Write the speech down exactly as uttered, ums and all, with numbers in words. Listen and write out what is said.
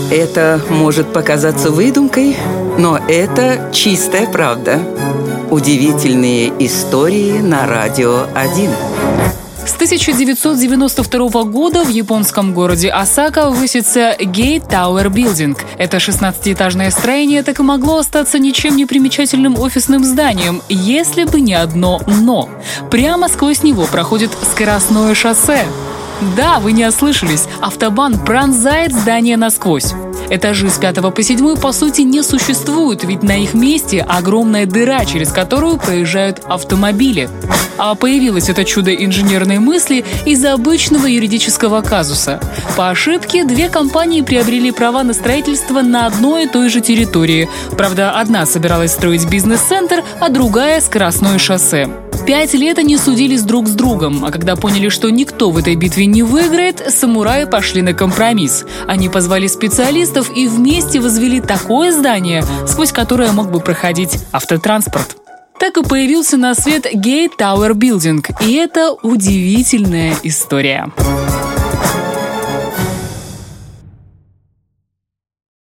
Это может показаться выдумкой, но это чистая правда. Удивительные истории на Радио один. С тысяча девятьсот девяносто второго года в японском городе Осака высится Gate Tower Building. Это шестнадцатиэтажное строение так и могло остаться ничем не примечательным офисным зданием, если бы не одно «но». Прямо сквозь него проходит скоростное шоссе. Да, вы не ослышались, автобан пронзает здание насквозь. Этажи с пятого по седьмой по сути не существуют, ведь на их месте огромная дыра, через которую проезжают автомобили. А появилось это чудо инженерной мысли из-за обычного юридического казуса. По ошибке две компании приобрели права на строительство на одной и той же территории. Правда, одна собиралась строить бизнес-центр, а другая — скоростное шоссе. Пять лет они судились друг с другом, а когда поняли, что никто в этой битве не выиграет, самураи пошли на компромисс. Они позвали специалистов и вместе возвели такое здание, сквозь которое мог бы проходить автотранспорт. Так и появился на свет Gate Tower Building, и это удивительная история.